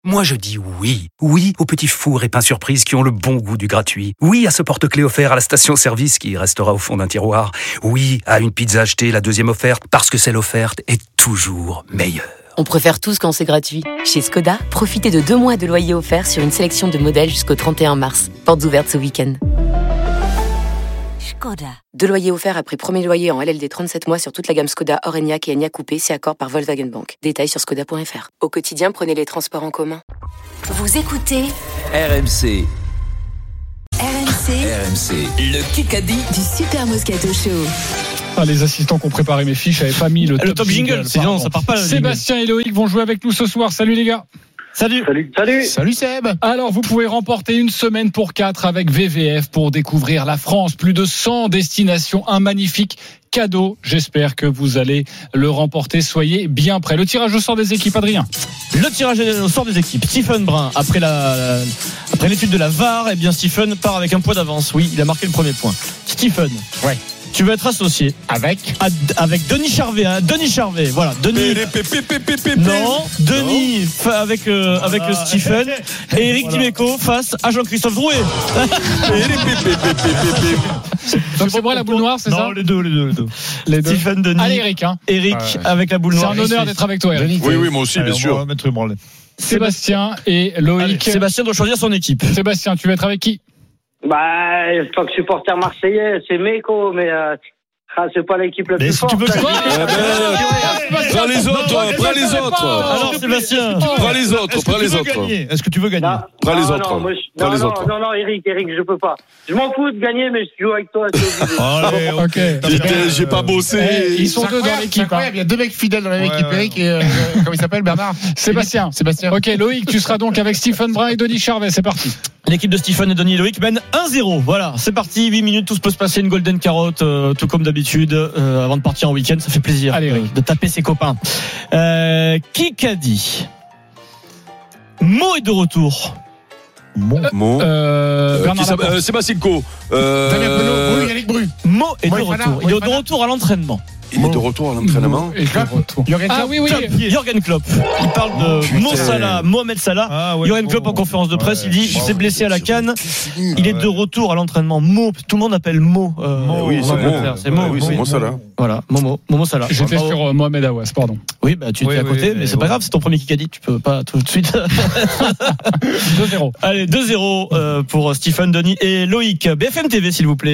Moi je dis oui. Oui aux petits fours et pains surprises qui ont le bon goût du gratuit. Oui à ce porte-clés offert à la station-service qui restera au fond d'un tiroir. Oui à une pizza achetée, la deuxième offerte, parce que celle offerte est toujours meilleure. On préfère tous quand c'est gratuit. Chez Skoda, profitez de 2 mois de loyer offert sur une sélection de modèles jusqu'au 31 mars. Portes ouvertes ce week-end. Skoda. 2 loyers offerts après premier loyer en LLD 37 mois sur toute la gamme Skoda, Orenia et Enyaq Coupé, c'est accord par Volkswagen Bank. Détails sur skoda.fr. Au quotidien, prenez les transports en commun. Vous écoutez RMC. RMC, Le Kikadi du Super Moscato Show. Les assistants qui ont préparé mes fiches n'avaient pas mis le top jingle. Sinon, ça part pas. Sébastien et Loïc vont jouer avec nous ce soir. Salut les gars. Salut Seb. Alors vous pouvez remporter une semaine pour 4 avec VVF pour découvrir la France. Plus de 100 destinations, un magnifique cadeau. J'espère que vous allez le remporter. Soyez bien prêts. Le tirage au sort des équipes, Adrien. Le tirage au sort des équipes. Stephen Brun, après l'étude de la VAR, eh bien Stephen part avec un point d'avance. Oui, il a marqué le premier point. Stephen. Ouais. Tu vas être associé avec Denis Charvet. Denis Charvet, voilà. Denis. Non, Denis avec Stephen et Eric Dimeco face à Jean-Christophe Drouet. Donc c'est moi la boule noire, c'est ça? Non, les deux. Stephen, Denis. Allez Eric. Eric avec la boule noire. C'est un honneur d'être avec toi, Eric. Oui, moi aussi, bien sûr. Sébastien et Loïc. Allez, Sébastien doit choisir son équipe. Sébastien, tu vas être avec qui? En tant que supporter marseillais, c'est Meco, mais c'est pas l'équipe la plus forte. Tu veux Prends les autres. Alors Sébastien, Prends les autres. Est-ce que tu veux gagner? Prends les autres. Non, Eric, je peux pas. Je m'en fous de gagner, mais je joue avec toi. Allez, ok. J'ai pas bossé. Ils sont deux dans l'équipe. Il y a 2 mecs fidèles dans la même équipe. Eric et comment il s'appelle, Bernard? Sébastien. Ok, Loïc, tu seras donc avec Stephen Brun et Denis Charvet. C'est parti. L'équipe de Stephen et Denis et Loïc mène 1-0. Voilà, c'est parti. 8 minutes, tout peut se passer. Une golden carotte, tout comme d'habitude, avant de partir en week-end. Ça fait plaisir. Allez, de taper ses copains. Qui qu'a dit? Mo est de retour. Sébastien Co. Damien Penaud, Yannick Bru. Mo est de retour. Il est de retour à l'entraînement. Il est de retour à l'entraînement. Jürgen Klopp. Il parle de Mohamed Salah. Jürgen Klopp en conférence de presse, il dit il s'est blessé à la canne. Il est de retour à l'entraînement. Tout le monde appelle Mo. Oui, c'est Mo Salah. Voilà, Momo Salah. J'étais sur Mohamed Aouas, pardon. Oui, tu étais à côté, mais c'est pas grave, c'est ton premier Kikadi, tu peux pas tout de suite. 2-0. Allez, 2-0 pour Stephen, Denis et Loïc. BFM TV, s'il vous plaît.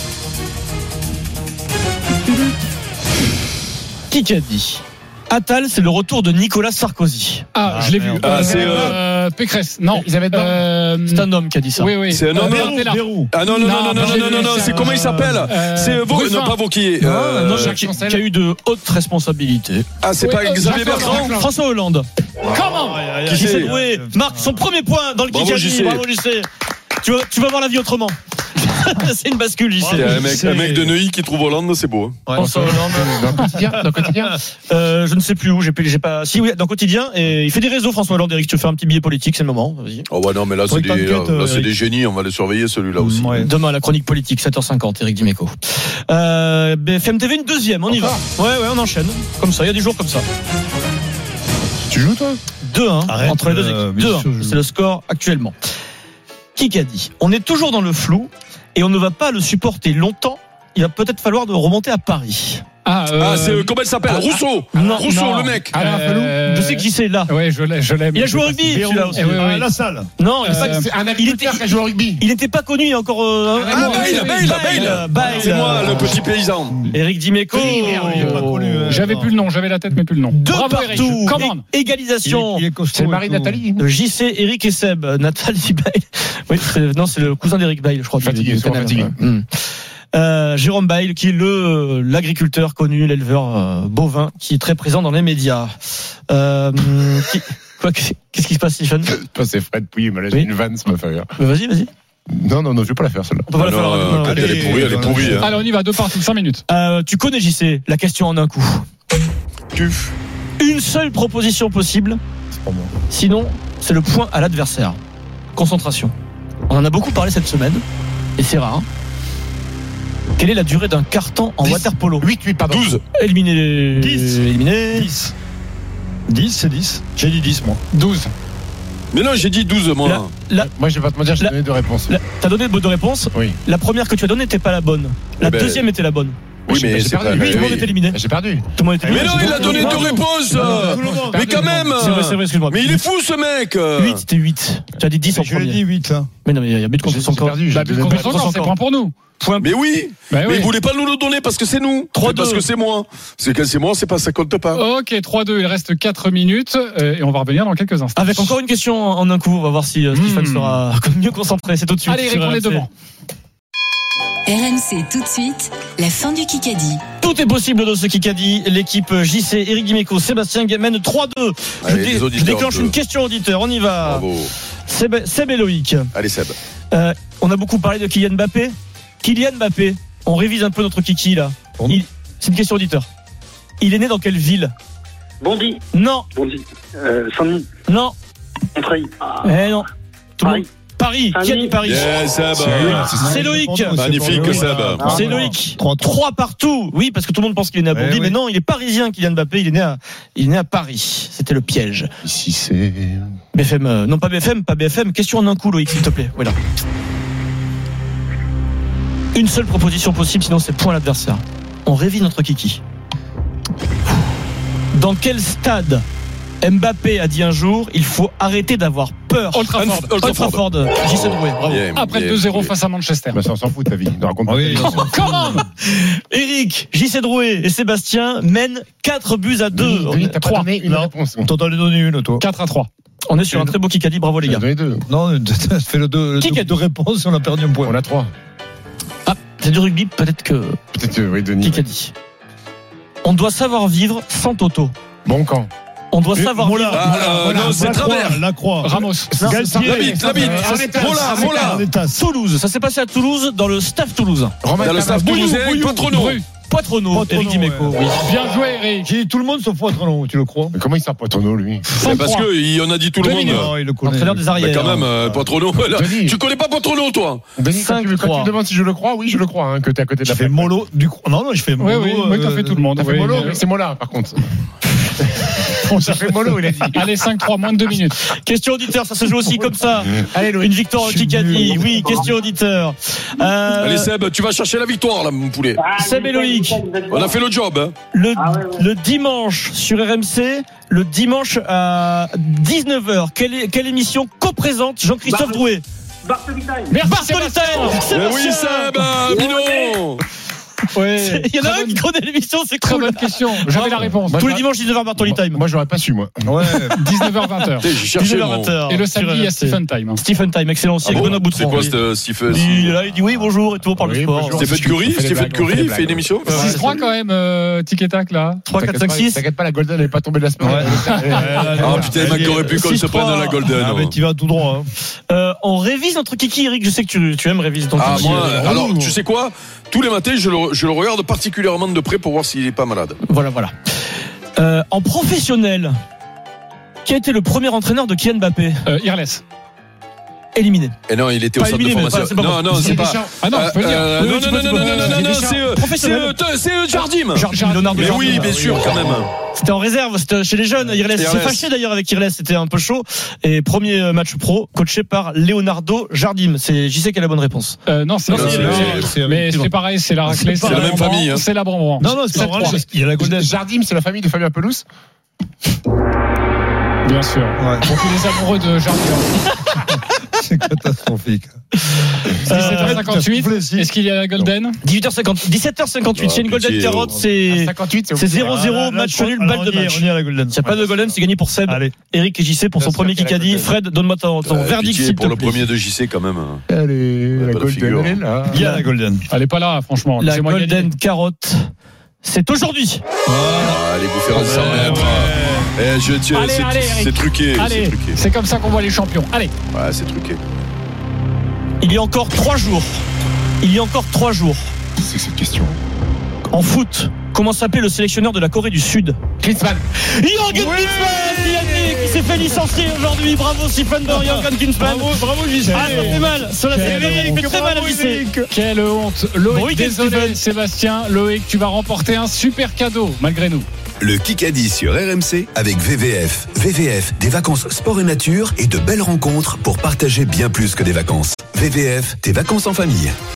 Kikadi. Attal, c'est le retour de Nicolas Sarkozy. Je l'ai vu. C'est Pécresse. Non, c'est un homme qui a dit ça. Oui. C'est un homme. Non, c'est comment il s'appelle? C'est pas Vauquier. Qui a eu de hautes responsabilités. C'est pas Xavier Bertrand? François Hollande. Comment? Qui s'est doué marque son premier point dans le Kikadi. Bravo, JC. Tu vas voir la vie autrement. C'est une bascule, JC. Un mec de Neuilly qui trouve Hollande, c'est beau. François Hollande. Dans le quotidien. Je ne sais plus où. J'ai pas. Si oui, dans le quotidien. Et il fait des réseaux, François Hollande. Eric, tu veux faire un petit billet politique, c'est le moment. Vas-y. Oh ouais, non, mais là c'est des génies. On va les surveiller, celui-là aussi. Demain, la chronique politique, 7h50. Eric Dimeco. BFM TV, une deuxième. On y va. Ouais, on enchaîne. Comme ça. Il y a des jours comme ça. Tu joues toi? 2-1 entre les deux équipes. 2-1. C'est le score actuellement. Qui a dit? On est toujours dans le flou et on ne va pas le supporter longtemps. Il va peut-être falloir de remonter à Paris. C'est comment il s'appelle? Rousseau. Rousseau, le mec. Je sais qui c'est là. Oui, je l'aime. Il a joué au rugby, celui-là aussi. La salle. Non, c'est un agriculteur qui a joué au rugby. Il n'était pas connu il y a encore Bail. C'est moi, le petit paysan. Eric Dimeco. J'avais plus le nom, j'avais la tête mais plus le nom. Bravo, partout. Égalisation. C'est le mari de Nathalie. JC, Eric et Seb. Nathalie Bail. Oui, c'est le cousin d'Eric Bail, je crois. Fatigué. Jérôme Bail, qui est l'agriculteur connu, l'éleveur bovin, qui est très présent dans les médias. Qu'est-ce qui se passe, Stephen? C'est Fred Pouilly, il m'a lâché une vanne, ça m'a fait rire. Vas-y. Non, je vais pas la faire celle-là. On peut pas la faire. Elle est pourrie. Allez, on y va, 2 partout, 5 minutes. Tu connais, JC, la question en un coup. Une seule proposition possible. C'est pour moi. Sinon, c'est le point à l'adversaire. Concentration. On en a beaucoup parlé cette semaine, et c'est rare. Quelle est la durée d'un carton en waterpolo? 8, pardon. 12. Éliminé. 10. 10, c'est 10. J'ai dit 10, moi. 12. Mais non, j'ai dit 12 moi. Moi, je vais pas te mentir, j'ai donné 2 réponses. T'as donné 2 réponses. Oui. La première que tu as donnée n'était pas la bonne. La deuxième était la bonne. Oui, mais j'ai c'est perdu. pas. Tout le monde est éliminé. J'ai perdu. Tout le monde est éliminé. Mais non, il a donné 2 réponses. Mais quand même. C'est vrai, excuse-moi. Mais il est fou ce mec. 8, c'était 8. Tu as dit 10 en premier. Je l'ai dit 8. Mais non, mais il y a but contre son corps. But contre son corps, c'est point pour nous. Mais oui. Mais il voulait pas nous le donner parce que c'est nous. 3-2. Parce que c'est moi. C'est que c'est moi, c'est pas, ça compte pas. Ok, 3-2, il reste 4 minutes et on va revenir dans quelques instants. Avec encore une question en un coup, on va voir si Stéphane sera mieux concentré. C'est tout de suite. Allez, Eric, on est devant. RMC tout de suite, la fin du Kikadi. Tout est possible dans ce Kikadi. L'équipe JC, Eric Dimeco, Sébastien mène 3-2. Je déclenche une question auditeur. On y va. Bravo. Seb et Loïc. Allez Seb. On a beaucoup parlé de Kylian Mbappé. Kylian Mbappé, on révise un peu notre kiki là. C'est une question auditeur. Il est né dans quelle ville? Bondy. Non. Bondy. Saint-Denis. Non. Montreuil. Non. Paris. Qui a dit Paris? Yes, Seb. C'est Loïc. Magnifique Seb. C'est Loïc. 3 partout. Oui, parce que tout le monde pense qu'il est né à Bondy, mais non, il est parisien, Kylian Mbappé. Il est né à Paris. C'était le piège. Ici, c'est. BFM. Non, pas BFM. Question en un coup, Loïc, s'il te plaît. Voilà. Une seule proposition possible, sinon c'est point à l'adversaire. On révise notre kiki. Dans quel stade Mbappé a dit un jour, il faut arrêter d'avoir peur? Old Trafford. J.C. Drouet, bravo. Après le 2-0 face à Manchester. Ça, on s'en fout ta vie. Ne raconte pas. Comment? Eric, J.C. Drouet et Sébastien mènent 4 buts à 2. T'as pas donné une réponse. On t'en a donné une, toi. 4-3. On est sur un très beau Kikadi, bravo les gars. Donné 2. Non, fais le 2 réponses et on a perdu un point. On a 3. C'est du rugby, peut-être que. Oui, Denis. Kikadi. On doit savoir vivre sans Toto. Bon camp. On doit savoir vivre. Non, c'est Travers. La Croix. Ramos. Galtier. La bite. Mola. Toulouse. Ça s'est passé à Toulouse, dans le staff toulousain. Dans le staff toulousain, Poitrenaud. Eric Dimeco. Oui. Bien joué, Eric. J'ai dit tout le monde sauf Poitrenaud, tu le crois? Mais comment il sort Poitrenaud, lui? Parce qu'il en a dit tout le monde. Non, il le connaît. Entraîneur des arrières. Mais quand même, Poitrenaud. Tu connais pas Poitrenaud, toi? Denis, quand tu me demandes si je le crois, oui, je le crois, que t'es à côté de la plaque. Mollo du coup. Non, je fais Mollo. Oui, t'as fait tout le monde. T'as fait Mollo, c'est Mola, par contre. Ça fait Mollo, il a dit. Allez, 5-3, moins de 2 minutes. Question auditeur, ça se joue aussi comme ça. Allez, Louis. Une victoire au Kikadi. Oui, question auditeur. Allez, Seb, tu vas chercher la victoire, là, mon poulet. Seb et Loïc. On a fait le job, hein. Le dimanche sur RMC, le dimanche à 19h, quelle émission co-présente Jean-Christophe Drouet? Bartoli Time. Merci Bartoli Time. Oui, Seb, Bino. Ouais. Il y en a un qui connaît l'émission, c'est très cool. bonne question. J'avais la réponse. Tous les dimanches 19h Bartoli Time. Moi, j'aurais pas su, moi. Ouais. 19h-20h. J'ai cherché 19h-20h. Et le samedi, il y a Stephen Time. Stephen Time, excellent aussi avec Benoît Boutron. C'est quoi Stephen? Il est là, il dit oui, bonjour et tout, on parle de sport. Stephen Curry, il fait une émission. 6-3 quand même, tic et tac là. 3, 4, 5, 6. T'inquiète pas, la Golden, elle est pas tombée de la semaine. Ah putain, le mec aurait pu qu'on se prenne dans la Golden. Ah, mais tu vas tout droit. On révise notre kiki, Eric. Je sais que tu aimes réviser ton kiki. Moi, alors, tu sais quoi? Tous les matins, je le regarde particulièrement de près pour voir s'il est pas malade. Voilà. En professionnel, qui a été le premier entraîneur de Kylian Mbappé? Irles. Éliminé. Et non, il était au centre de formation. Non, c'est pas. Ah non, je peux dire. Non, c'est Jardim. Leonardo. Mais oui, bien sûr, quand même. C'était en réserve, c'était chez les jeunes. Irles s'est fâché d'ailleurs avec Irles, c'était un peu chaud. Et premier match pro, coaché par Leonardo Jardim. C'est JC qui a la bonne réponse. Non, mais c'est pareil, c'est la raclée. C'est la même famille. C'est la Brambran. Non, c'est pas vrai. Il y a la Golden. Jardim, c'est la famille de Fabien Pelouse. Bien sûr. Pour tous les amoureux de Jardim. C'est catastrophique. 17h58. Est-ce qu'il y a la Golden? 17h58. C'est une Golden carotte. C'est 0-0, match nul, balle de match. On y a la Golden. S'il n'y a pas de Golden, c'est gagné pour Seb. Allez. Eric et JC pour son premier Kikadi. Fred, donne-moi ton verdict s'il te plaît. Pour le premier de JC quand même. Allez, la Golden, elle est là. Il y a la Golden. Elle est pas là, franchement. La Golden carotte, c'est aujourd'hui. Allez, vous faire 100 mètres. C'est truqué. Allez, c'est comme ça qu'on voit les champions. Allez. Ouais, c'est truqué. Il y a encore 3 jours. C'est cette question. En foot, comment s'appelait le sélectionneur de la Corée du Sud? Klinsmann. Jürgen Klinsmann, Yannick, qui s'est fait licencier aujourd'hui. Bravo Stephen Bauer, Jürgen Klinsmann. Bravo JC. Ah, ça fait mal. Sur la série, il fait très mal à JC. Quelle honte. Loïc, désolé Sébastien. Loïc, tu vas remporter un super cadeau, malgré nous. Le Kikadi sur RMC avec VVF. VVF, des vacances sport et nature et de belles rencontres pour partager bien plus que des vacances. VVF, tes vacances en famille.